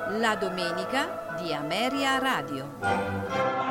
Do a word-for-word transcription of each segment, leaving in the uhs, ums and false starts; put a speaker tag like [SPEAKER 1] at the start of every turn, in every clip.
[SPEAKER 1] La domenica di Ameria Radio.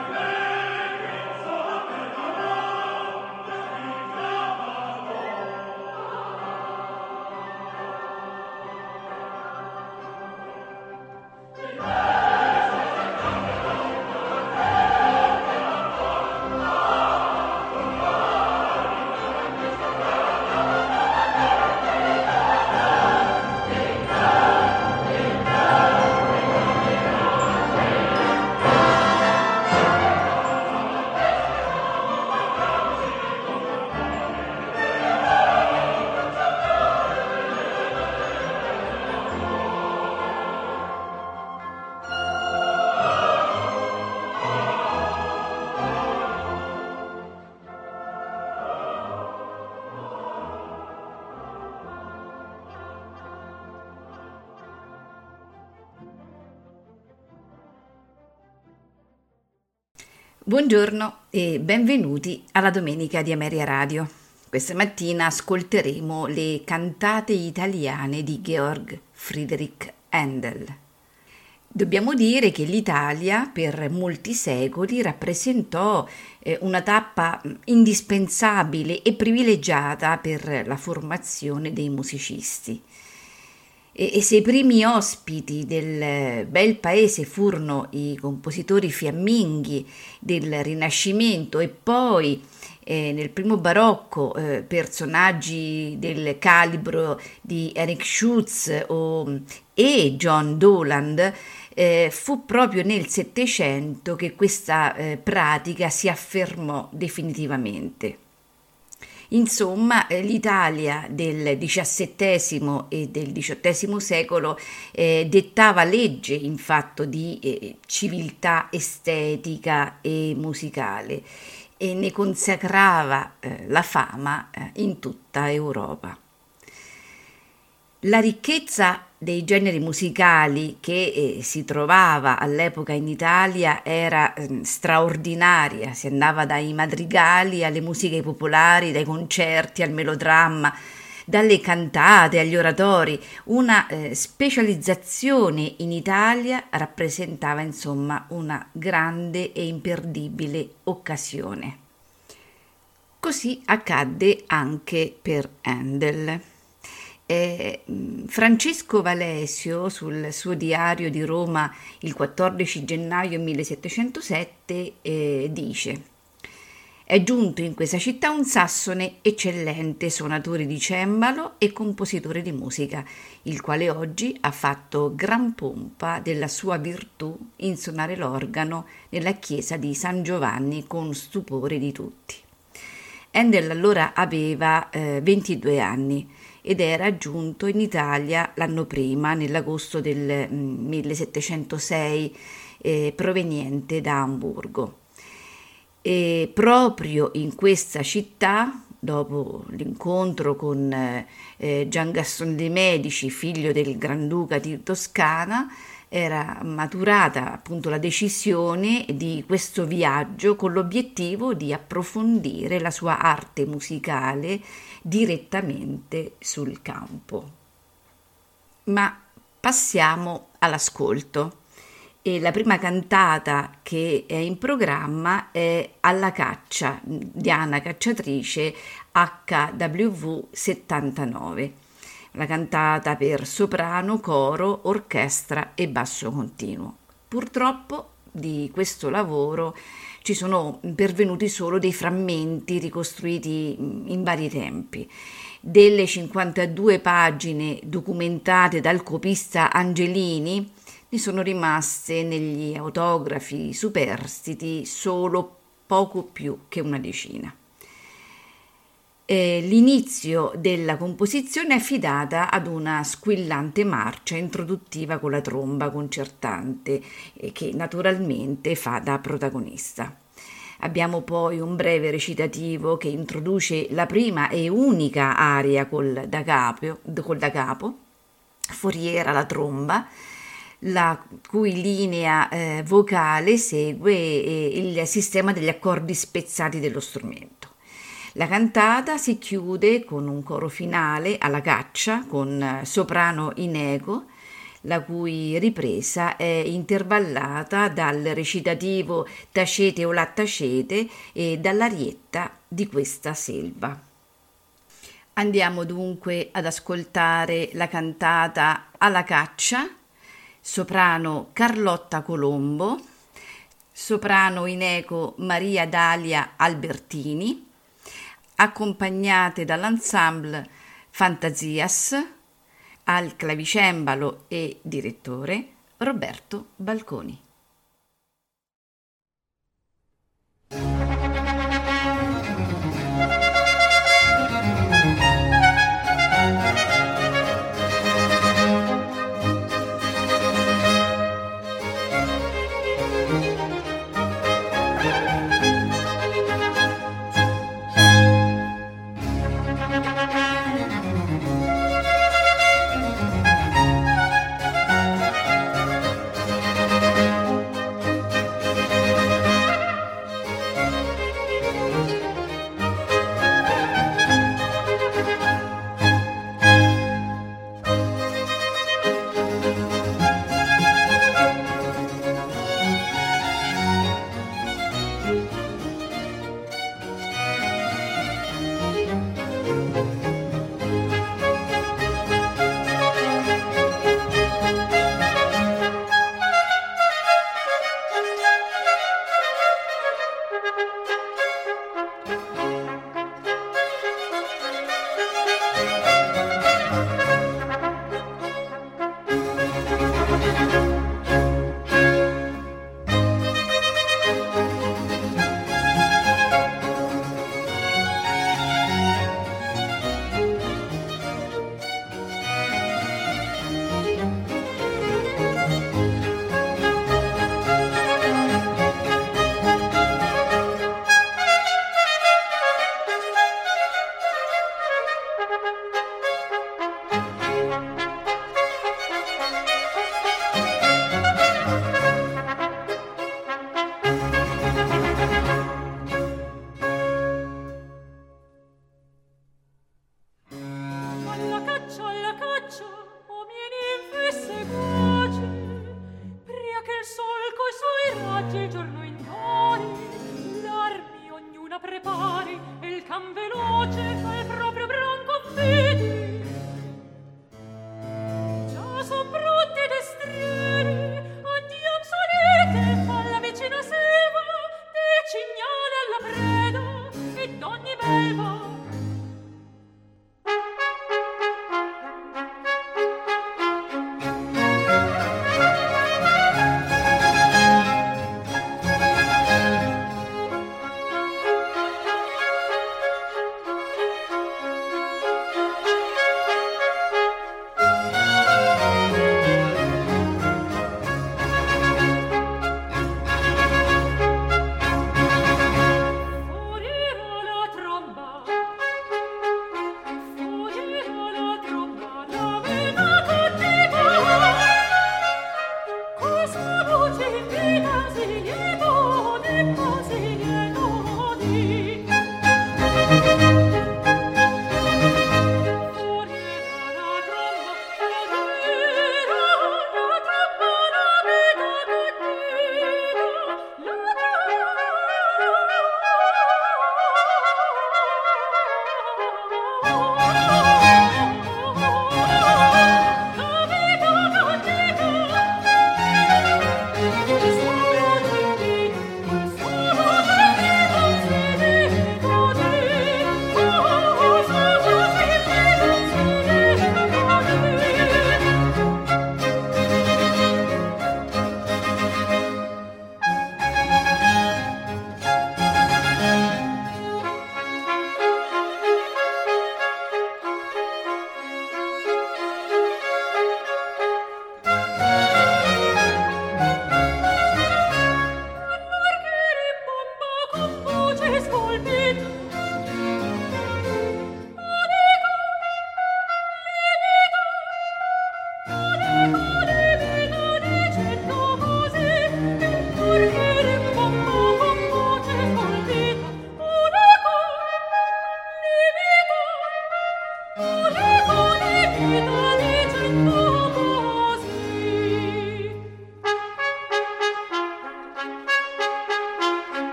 [SPEAKER 1] Buongiorno e benvenuti alla Domenica di Ameria Radio. Questa mattina ascolteremo le cantate italiane di Georg Friedrich Händel. Dobbiamo dire che l'Italia per molti secoli rappresentò eh, una tappa indispensabile e privilegiata per la formazione dei musicisti. E se i primi ospiti del bel paese furono i compositori fiamminghi del Rinascimento e poi eh, nel primo barocco eh, personaggi del calibro di Eric Schütz o, e John Dowland, eh, fu proprio nel Settecento che questa eh, pratica si affermò definitivamente. Insomma, l'Italia del diciassettesimo e del diciottesimo secolo eh, dettava legge in fatto di eh, civiltà estetica e musicale e ne consacrava eh, la fama eh, in tutta Europa. La ricchezza dei generi musicali che eh, si trovava all'epoca in Italia era eh, straordinaria, si andava dai madrigali alle musiche popolari, dai concerti al melodramma, dalle cantate agli oratori. Una eh, specializzazione in Italia rappresentava insomma una grande e imperdibile occasione. Così accadde anche per Händel. Eh, Francesco Valesio, sul suo diario di Roma il quattordici gennaio millesettecentosette, eh, dice: «È giunto in questa città un sassone eccellente suonatore di cembalo e compositore di musica, il quale oggi ha fatto gran pompa della sua virtù in suonare l'organo nella chiesa di San Giovanni con stupore di tutti». Händel allora aveva eh, ventidue anni ed era giunto in Italia l'anno prima, nell'agosto del millesettecentosei, eh, proveniente da Amburgo. E proprio in questa città, dopo l'incontro con eh, Gian Gastone de' Medici, figlio del Granduca di Toscana, era maturata appunto la decisione di questo viaggio con l'obiettivo di approfondire la sua arte musicale direttamente sul campo. Ma passiamo all'ascolto. E la prima cantata che è in programma è Alla caccia, Diana Cacciatrice, H W V settantanove. La cantata per soprano, coro, orchestra e basso continuo. Purtroppo di questo lavoro ci sono pervenuti solo dei frammenti ricostruiti in vari tempi. Delle cinquantadue pagine documentate dal copista Angelini ne sono rimaste negli autografi superstiti solo poco più che una decina. Eh, l'inizio della composizione è affidata ad una squillante marcia introduttiva con la tromba concertante eh, che naturalmente fa da protagonista. Abbiamo poi un breve recitativo che introduce la prima e unica aria col da capo, col da capo foriera la tromba, la cui linea eh, vocale segue eh, il sistema degli accordi spezzati dello strumento. La cantata si chiude con un coro finale alla caccia con soprano in eco, la cui ripresa è intervallata dal recitativo Tacete o la tacete e dall'arietta di questa selva. Andiamo dunque ad ascoltare la cantata Alla caccia, soprano Carlotta Colombo, soprano in eco Maria Dalia Albertini, accompagnate dall'ensemble Fantasias, al clavicembalo e direttore Roberto Balconi.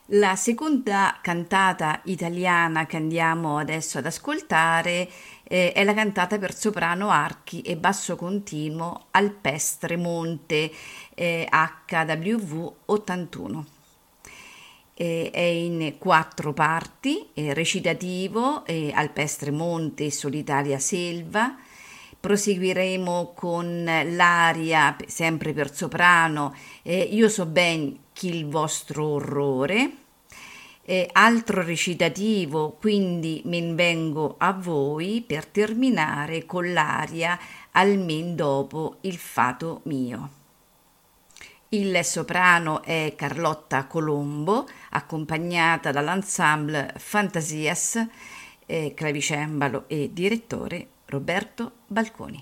[SPEAKER 1] La seconda cantata italiana che andiamo adesso ad ascoltare eh, è la cantata per soprano, archi e basso continuo Alpestre Monte eh, H W V ottantuno. Eh, è in quattro parti, eh, recitativo, eh, Alpestre Monte, Solitaria Selva. Proseguiremo con l'aria, sempre per soprano, eh, Io so ben chi il vostro orrore. Eh, altro recitativo, quindi men vengo a voi, per terminare con l'aria Almen dopo il fato mio. Il soprano è Carlotta Colombo, accompagnata dall'ensemble Fantasias, eh, clavicembalo e direttore Roberto Balconi.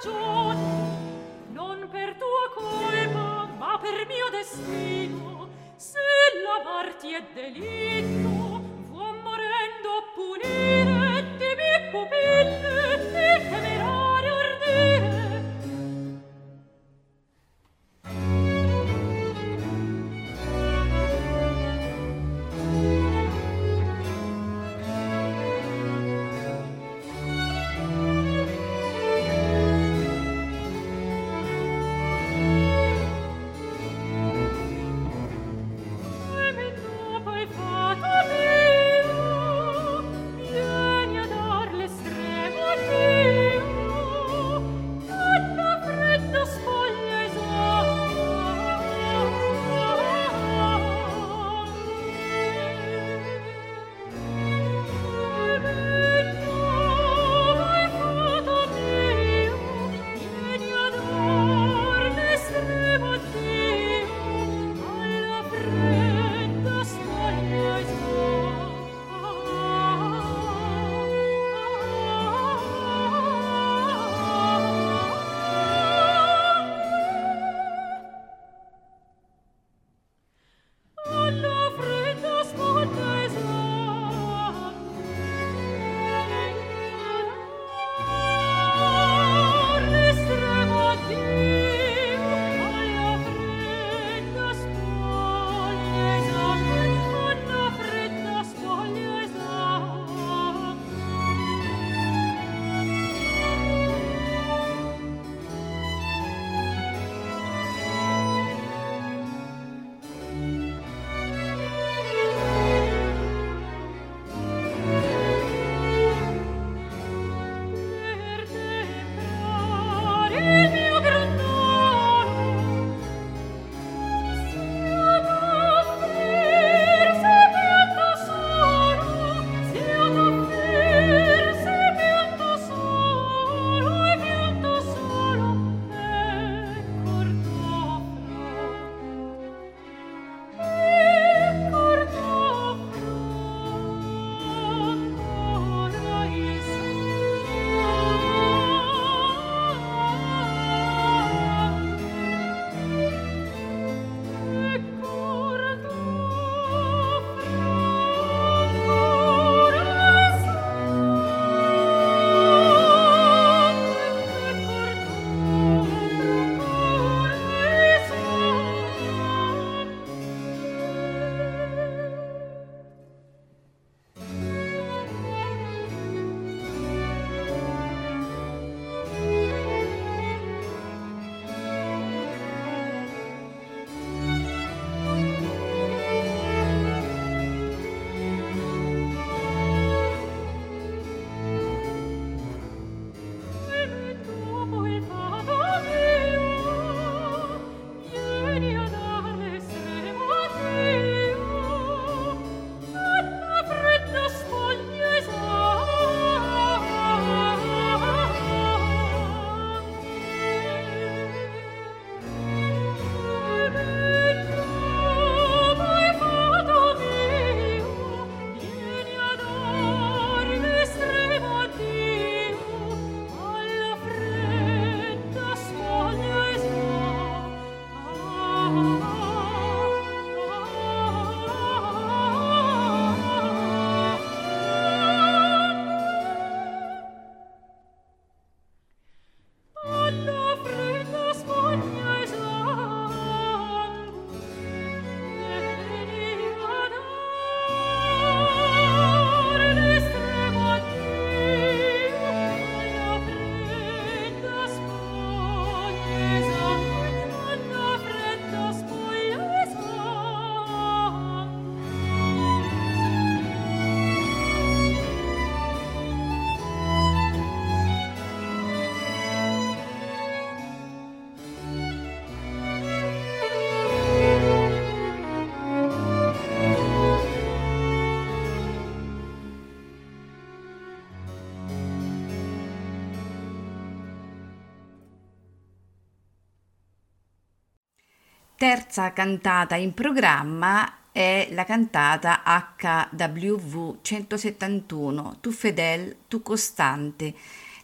[SPEAKER 1] terza cantata in programma è la cantata H W V centosettantuno, Tu fedel, tu costante,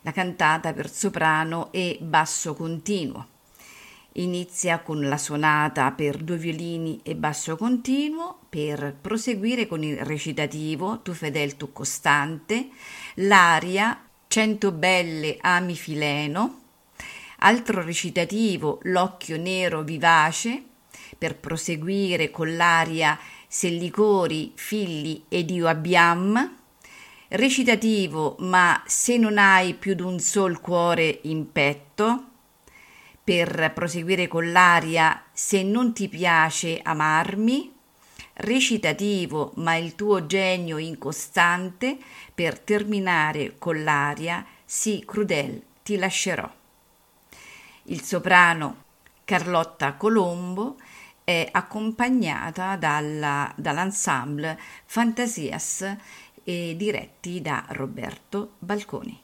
[SPEAKER 1] la cantata per soprano e basso continuo. Inizia con la sonata per due violini e basso continuo per proseguire con il recitativo Tu fedel tu costante, l'aria Cento belle ami Fileno, altro recitativo L'occhio nero vivace per proseguire con l'aria Se liquori figli ed io abbiam, recitativo Ma se non hai più d'un sol cuore in petto per proseguire con l'aria Se non ti piace amarmi, recitativo Ma il tuo genio incostante per terminare con l'aria Sì crudel ti lascerò. Il soprano Carlotta Colombo è accompagnata dalla, dall'ensemble Fantasias e diretti da Roberto Balconi.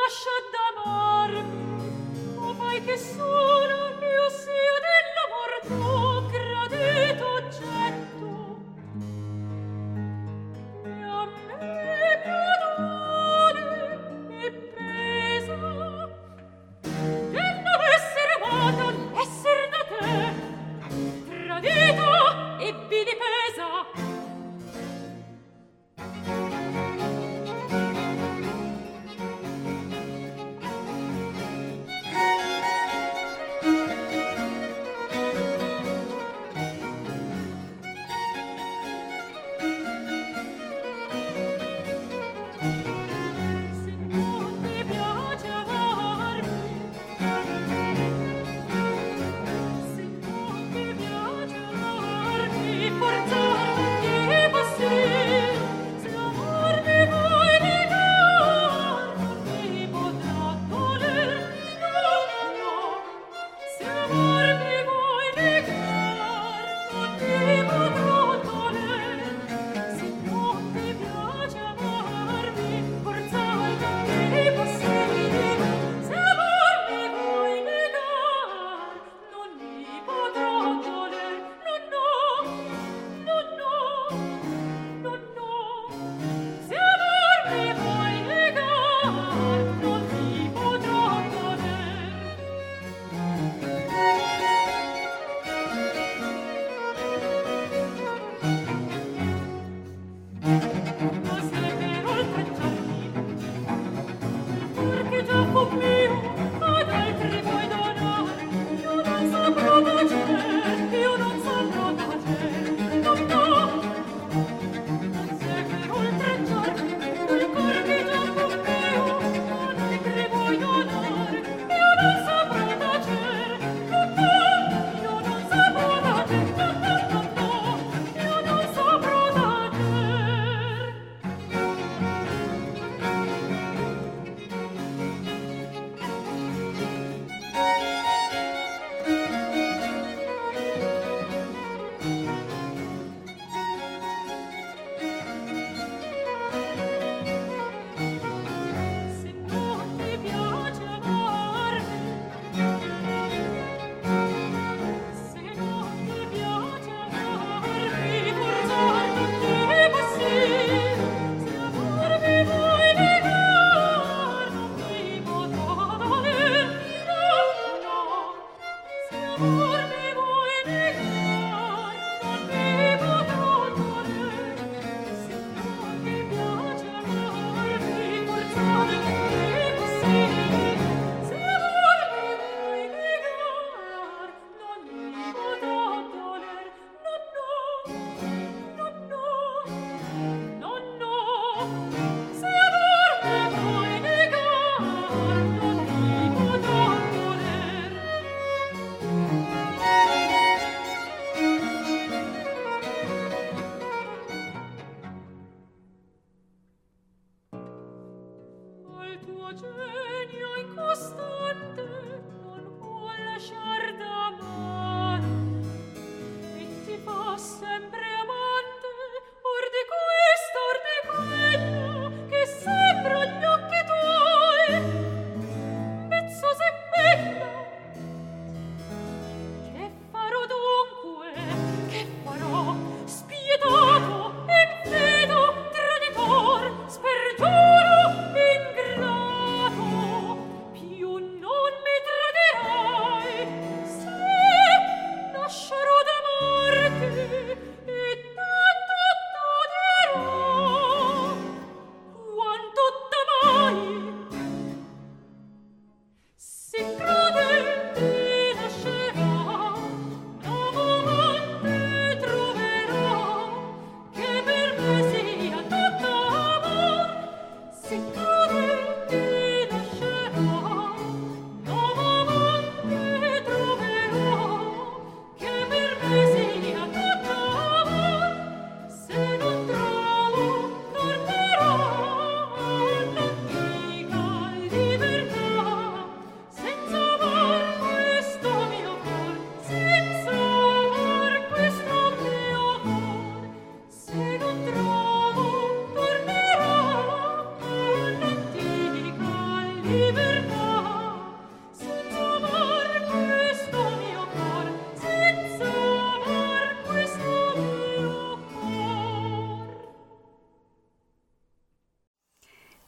[SPEAKER 2] e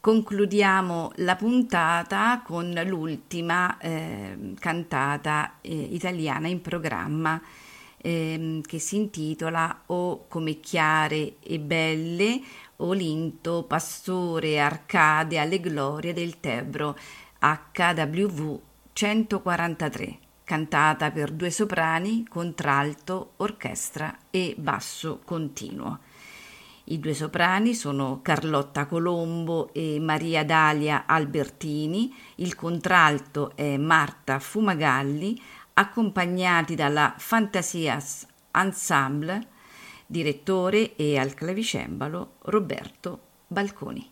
[SPEAKER 1] Concludiamo la puntata con l'ultima eh, cantata eh, italiana in programma ehm, che si intitola O come chiare e belle, Olinto, Pastore, Arcade alle glorie del Tebro, H W V centoquarantatré, cantata per due soprani, contralto, orchestra e basso continuo. I due soprani sono Carlotta Colombo e Maria Dalia Albertini, il contralto è Marta Fumagalli, accompagnati dalla Fantasias Ensemble, direttore, e al clavicembalo Roberto Balconi.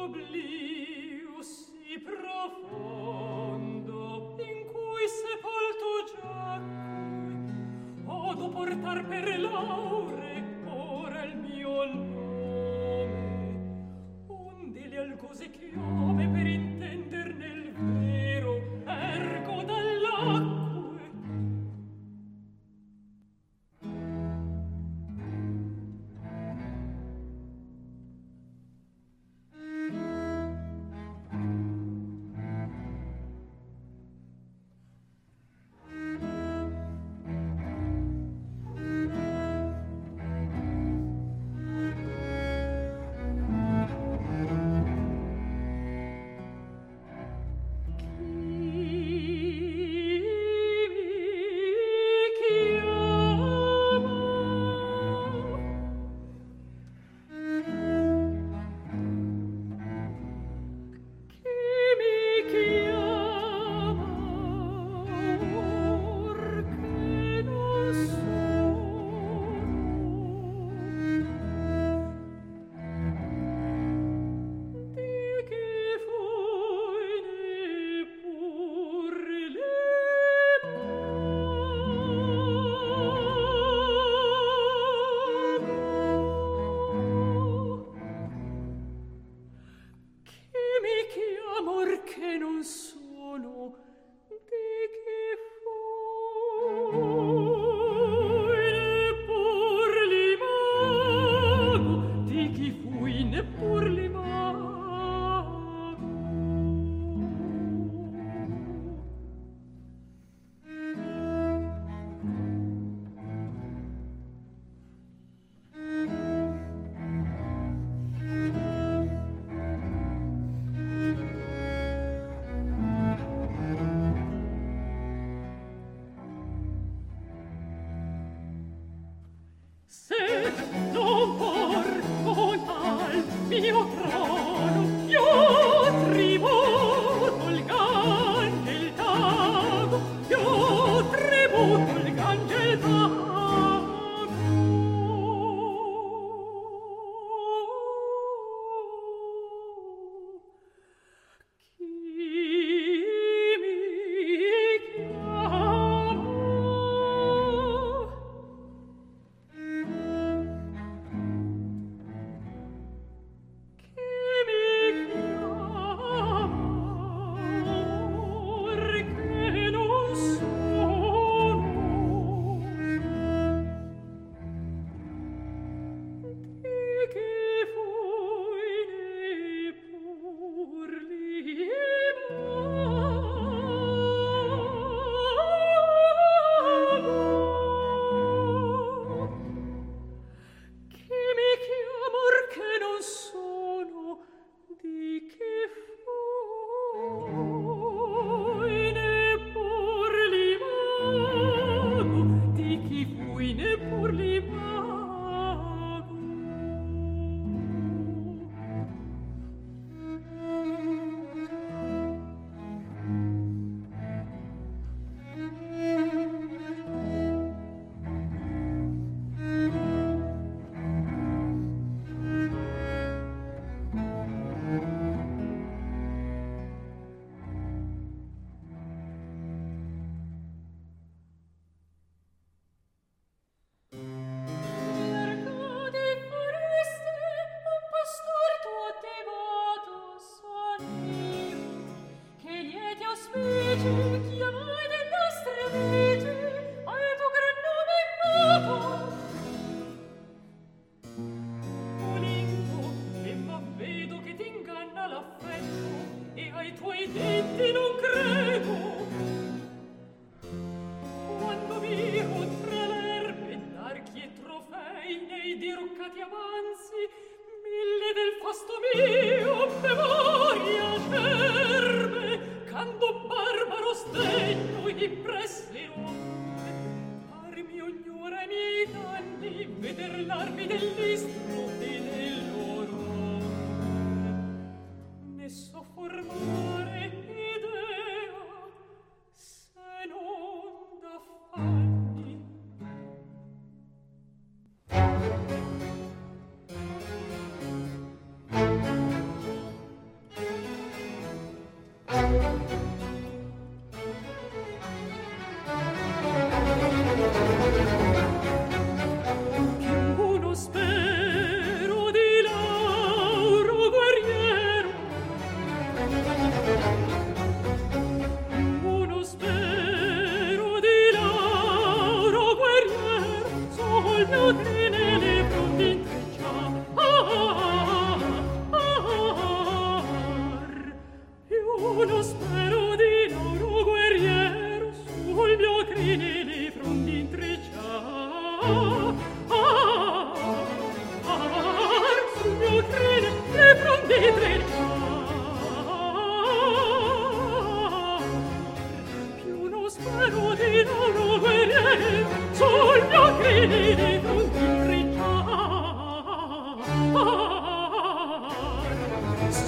[SPEAKER 2] oblio si profondo in cui sepolto giacque odo portar per laure ora il mio nome onde le algose chiome per intenderne il vero ergo dall'acque.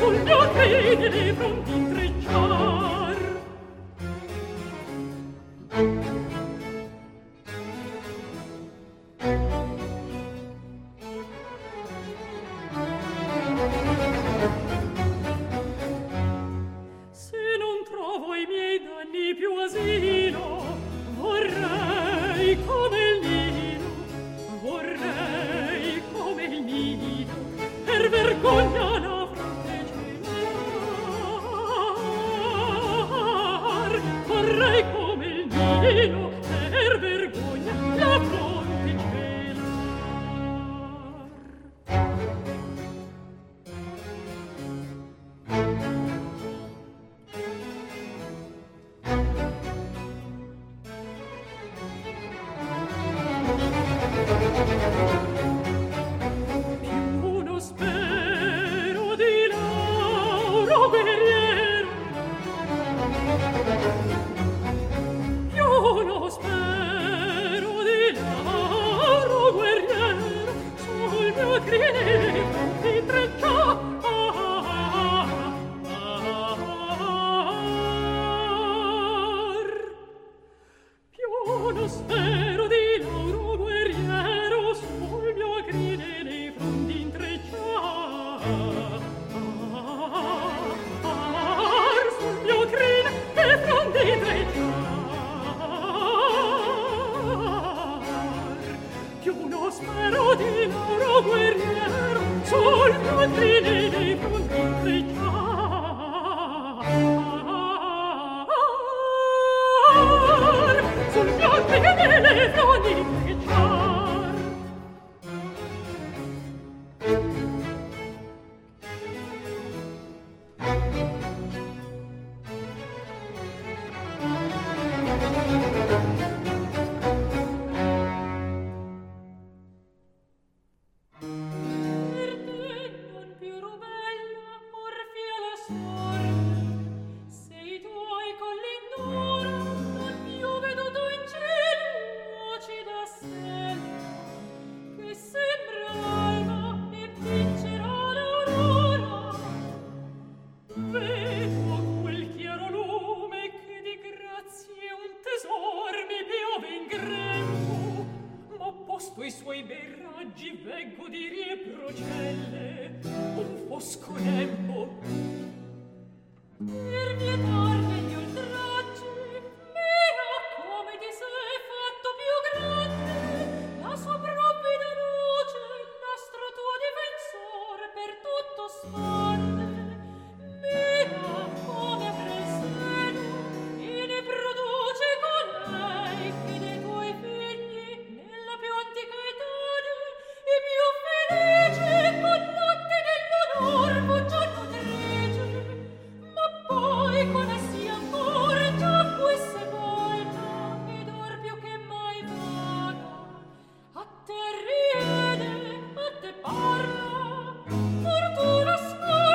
[SPEAKER 2] sul mio credere pronti intrecciar. Se non trovo i miei danni più asilo, vorrei come il Nilo, vorrei come il Nilo, per vergogna la fronte celar. Vorrei come il Nilo, per vergogna la fronte celar. Più uno spero di Lauro guerriero, più uno spero di Lauro guerriero, sul mio crinale fronte intrecciar. Più uno spero di Lauro guerriero, sul mio crinale fronte intrecciar. Sul mio crinale fronte intrecciar. Più uno spero di Lauro guerriero, sul mio crinale fronte intrecciar. Sul mio crinale fronte intrecciar. Per te non più rubella, orfia la sorte, se i tuoi colli d'oro non più veduto in cielo lucida stella, che sembra alba e vincerà l'aurora. Vedo quel chiaro lume che di grazie un tesor mi piove in grembo, ma posto i suoi bei raggi veggo di rie procelle un fosco lembo. Per vietarne gli oltraggi, mira come ti sei fatto più grande, la sua provvida luce, l'astro tuo difensore per tutto spande. Mira come apre il seno e ne produce colei che dei tuoi figli nella più antica etade e più felice condotte nell'onor buongiorno trece, ma poi con essi ancora già fu sepolta ed or più che mai vaga a te riede, a te parla, fortuna scorta.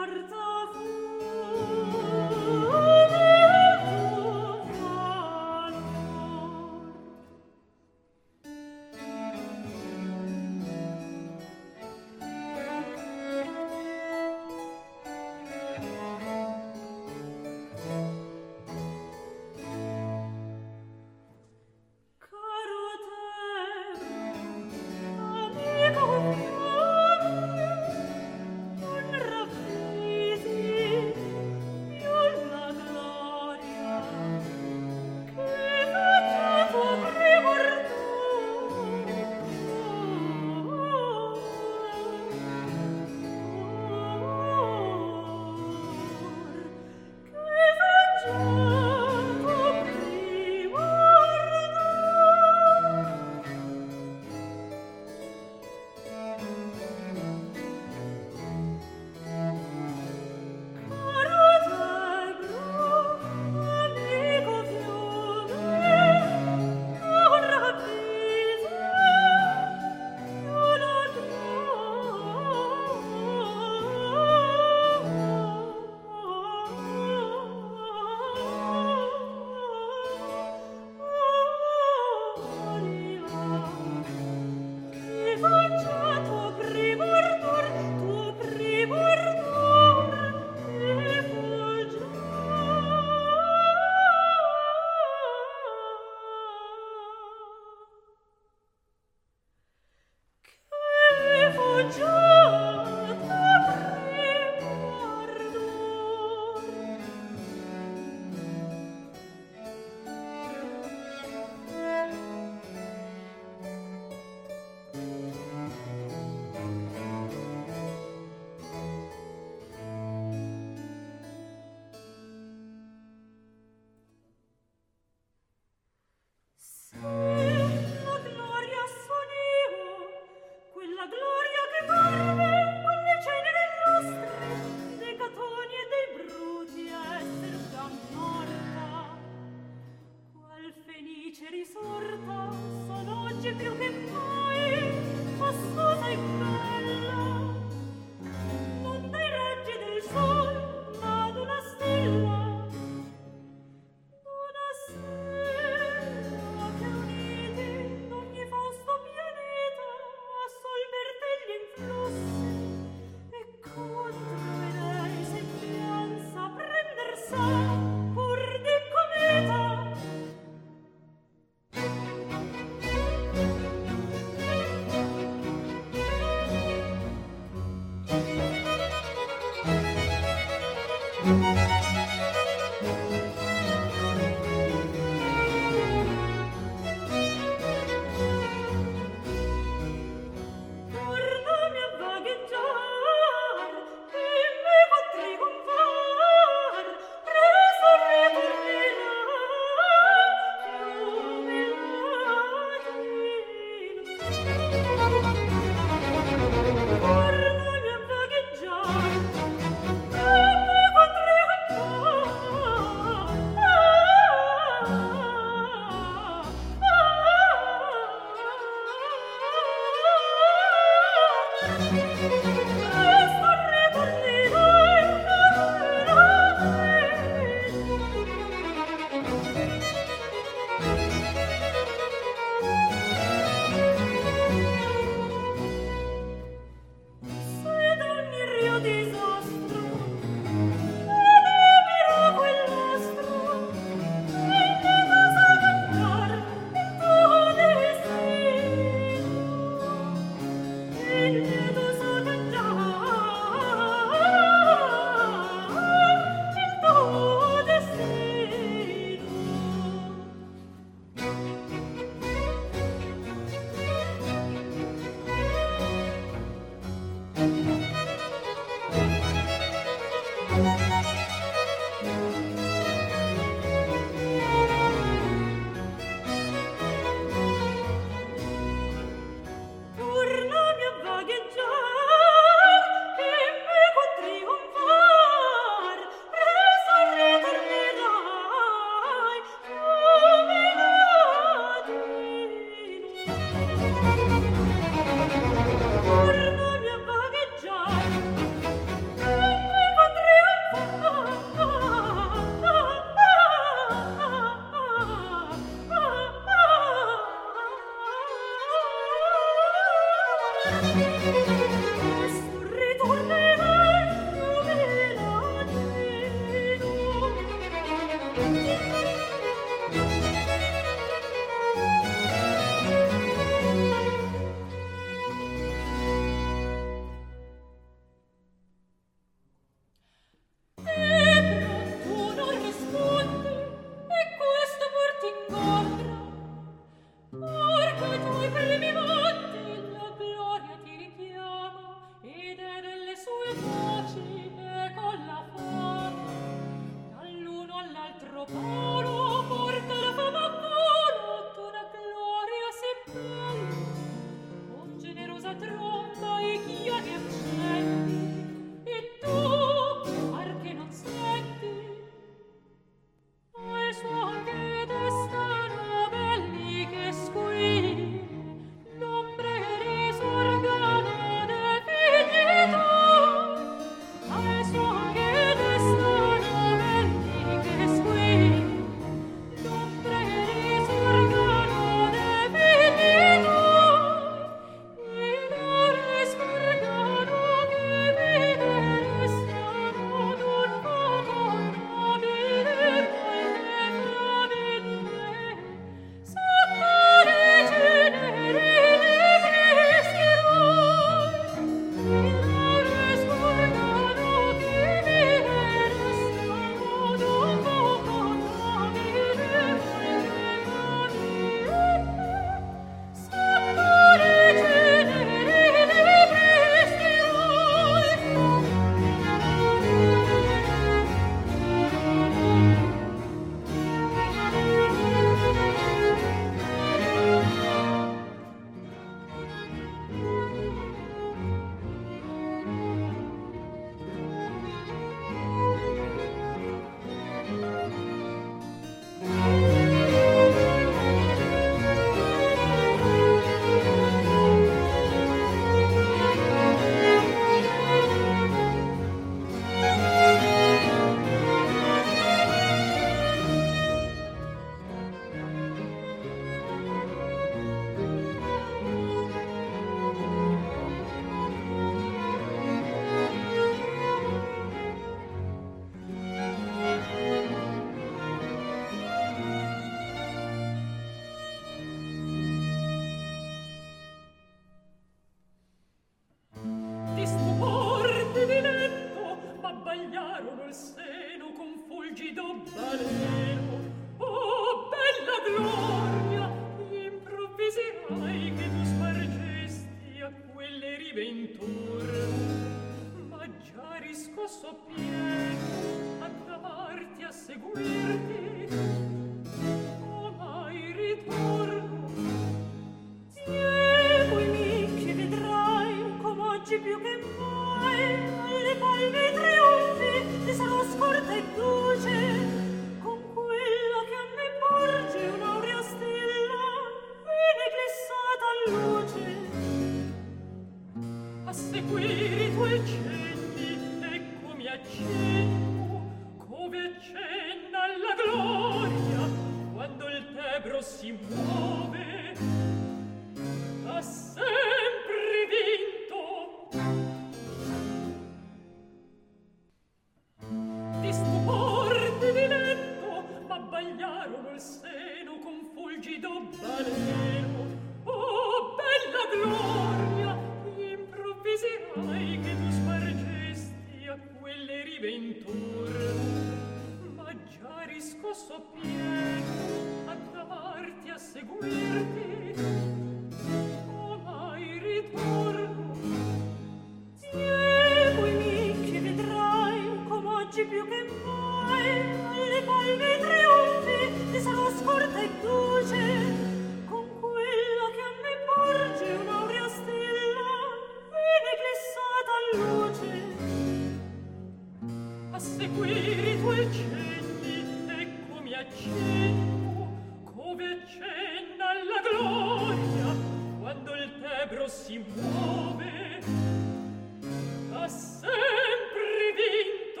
[SPEAKER 2] a seguire i tuoi cenni, eccomi accenno, come accenna alla gloria, quando il Tebro si muove, ha sempre vinto.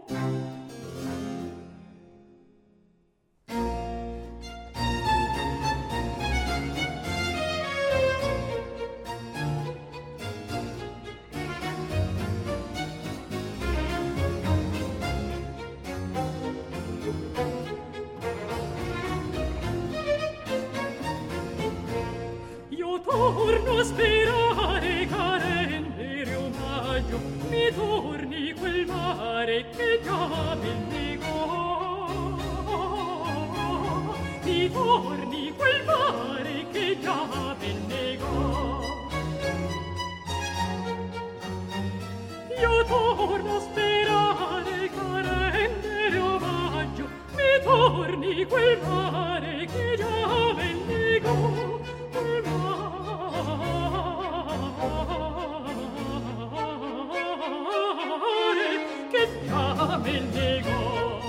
[SPEAKER 2] Torno a sperare, cara, rendere omaggio, mi torni quel mare che già benegò. Mi torni quel mare che già benegò. Io torno a sperare, cara, rendere omaggio, mi torni quel mare che già benegò. Che già me negò.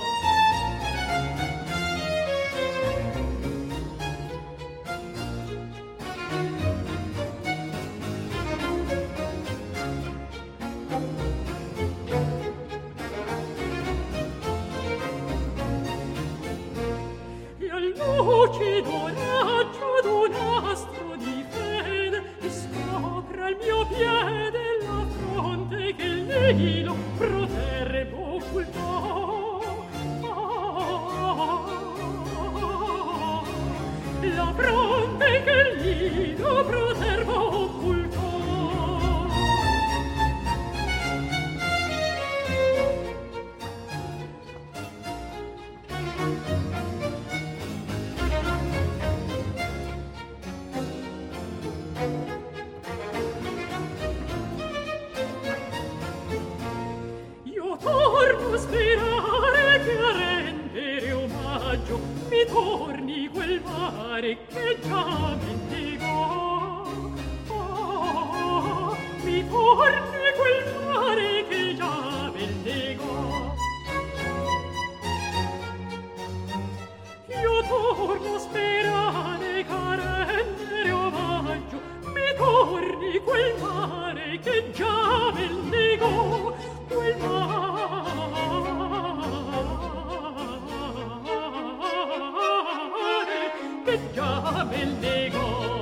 [SPEAKER 2] E al lucido raggio d'un astro di fede mi scopre al mio piede la fronte che il Nilo proterbo occultò. La fronte che il Nilo proterbo occultò. Torno a sperare che a rendere omaggio mi torni quel mare che già benegò. Oh, mi torni quel mare che già benegò. Io torno a sperare che a rendere omaggio mi torni quel mare che già benegò. Quel mare che già benegò.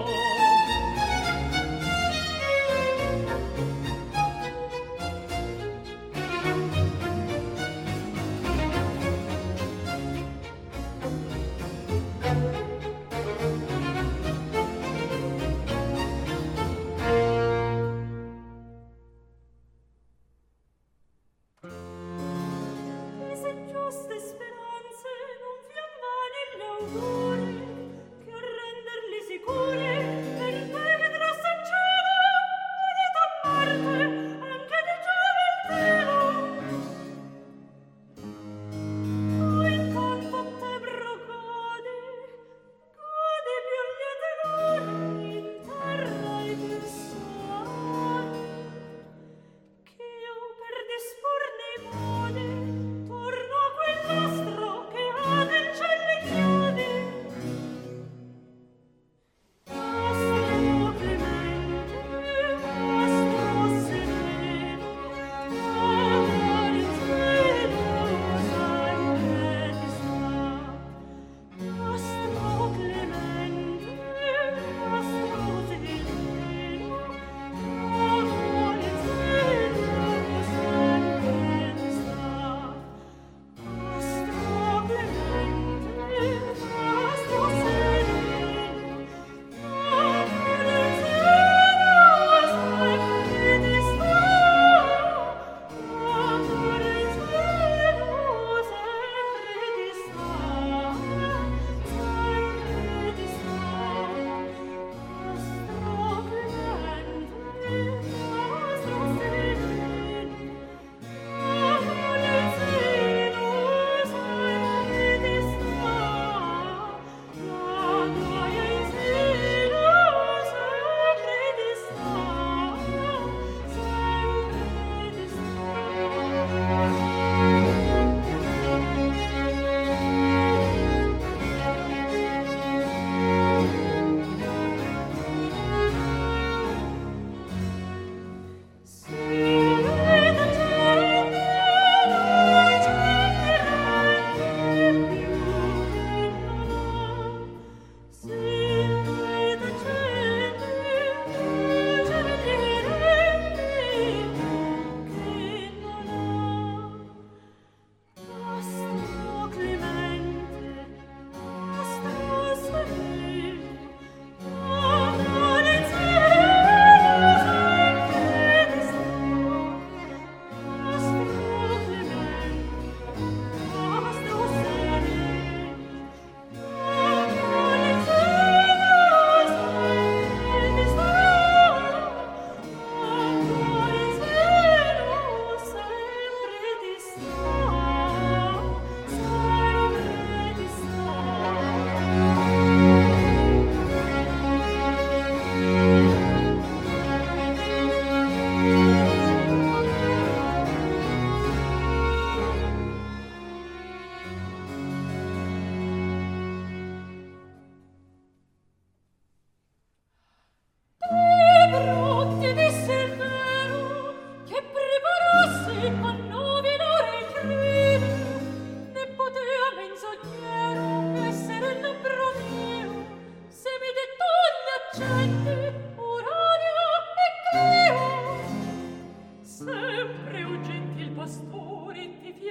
[SPEAKER 2] Torno a quell'astro che ha nel cielo i chiodi.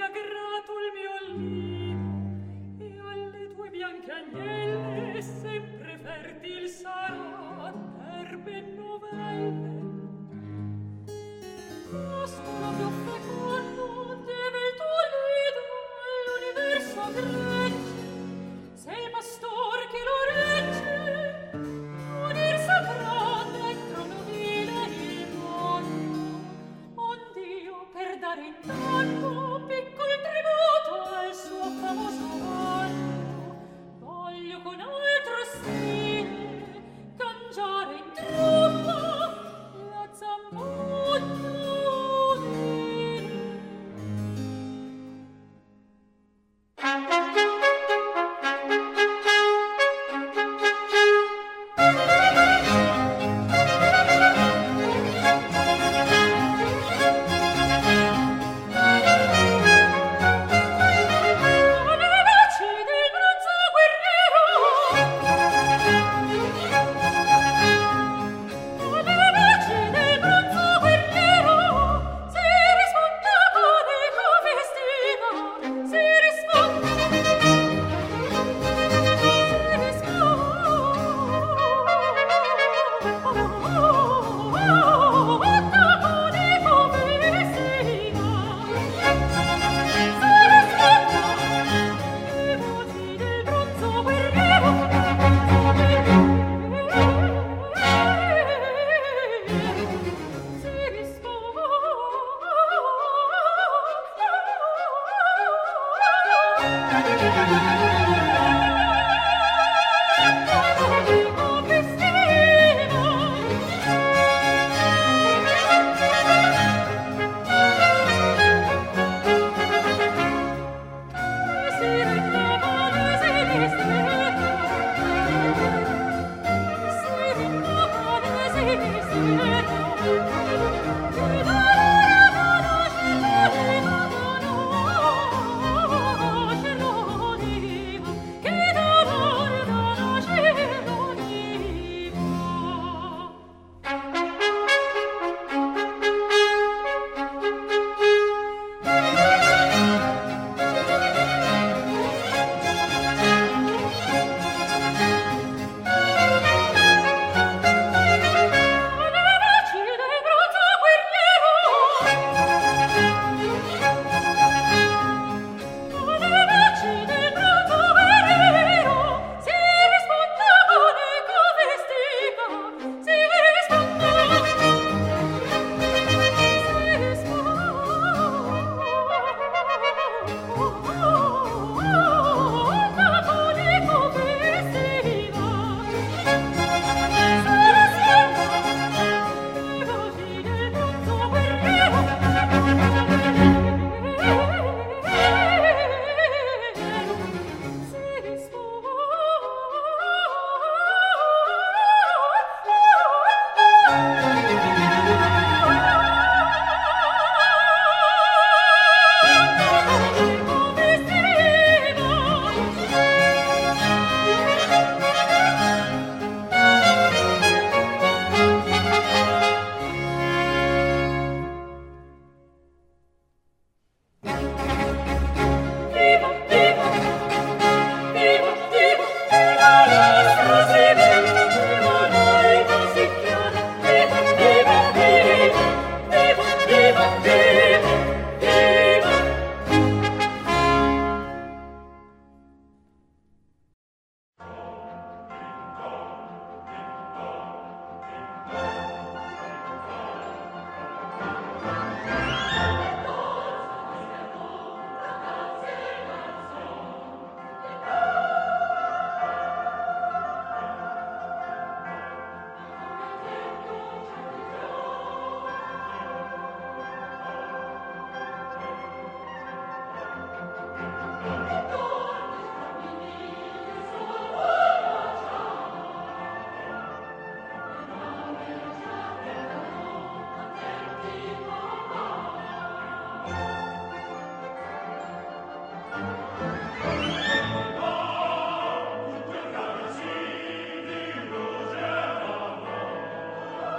[SPEAKER 2] sia grato il mio livo, e alle tue bianche agnelle sempre fertil sarà erbe novelle. L'ostolo più fecondo deve il tuo lido all'universo gregge, se il pastor che lo regge unir saprà dentro novile il mondo, ond'io per dare intanto piccol tributo al suo famoso vanno voglio con altro stile cangiare in truppa la zambotta udile.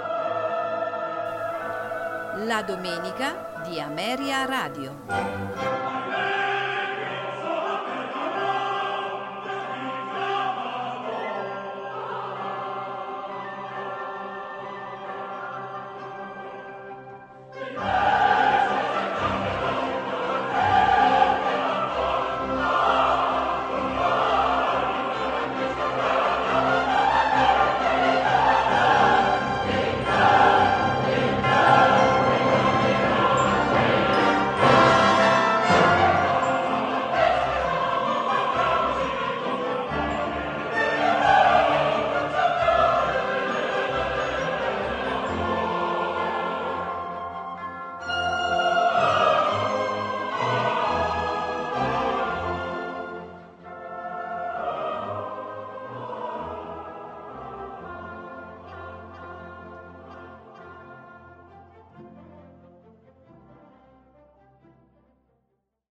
[SPEAKER 3] La domenica di Ameria Radio.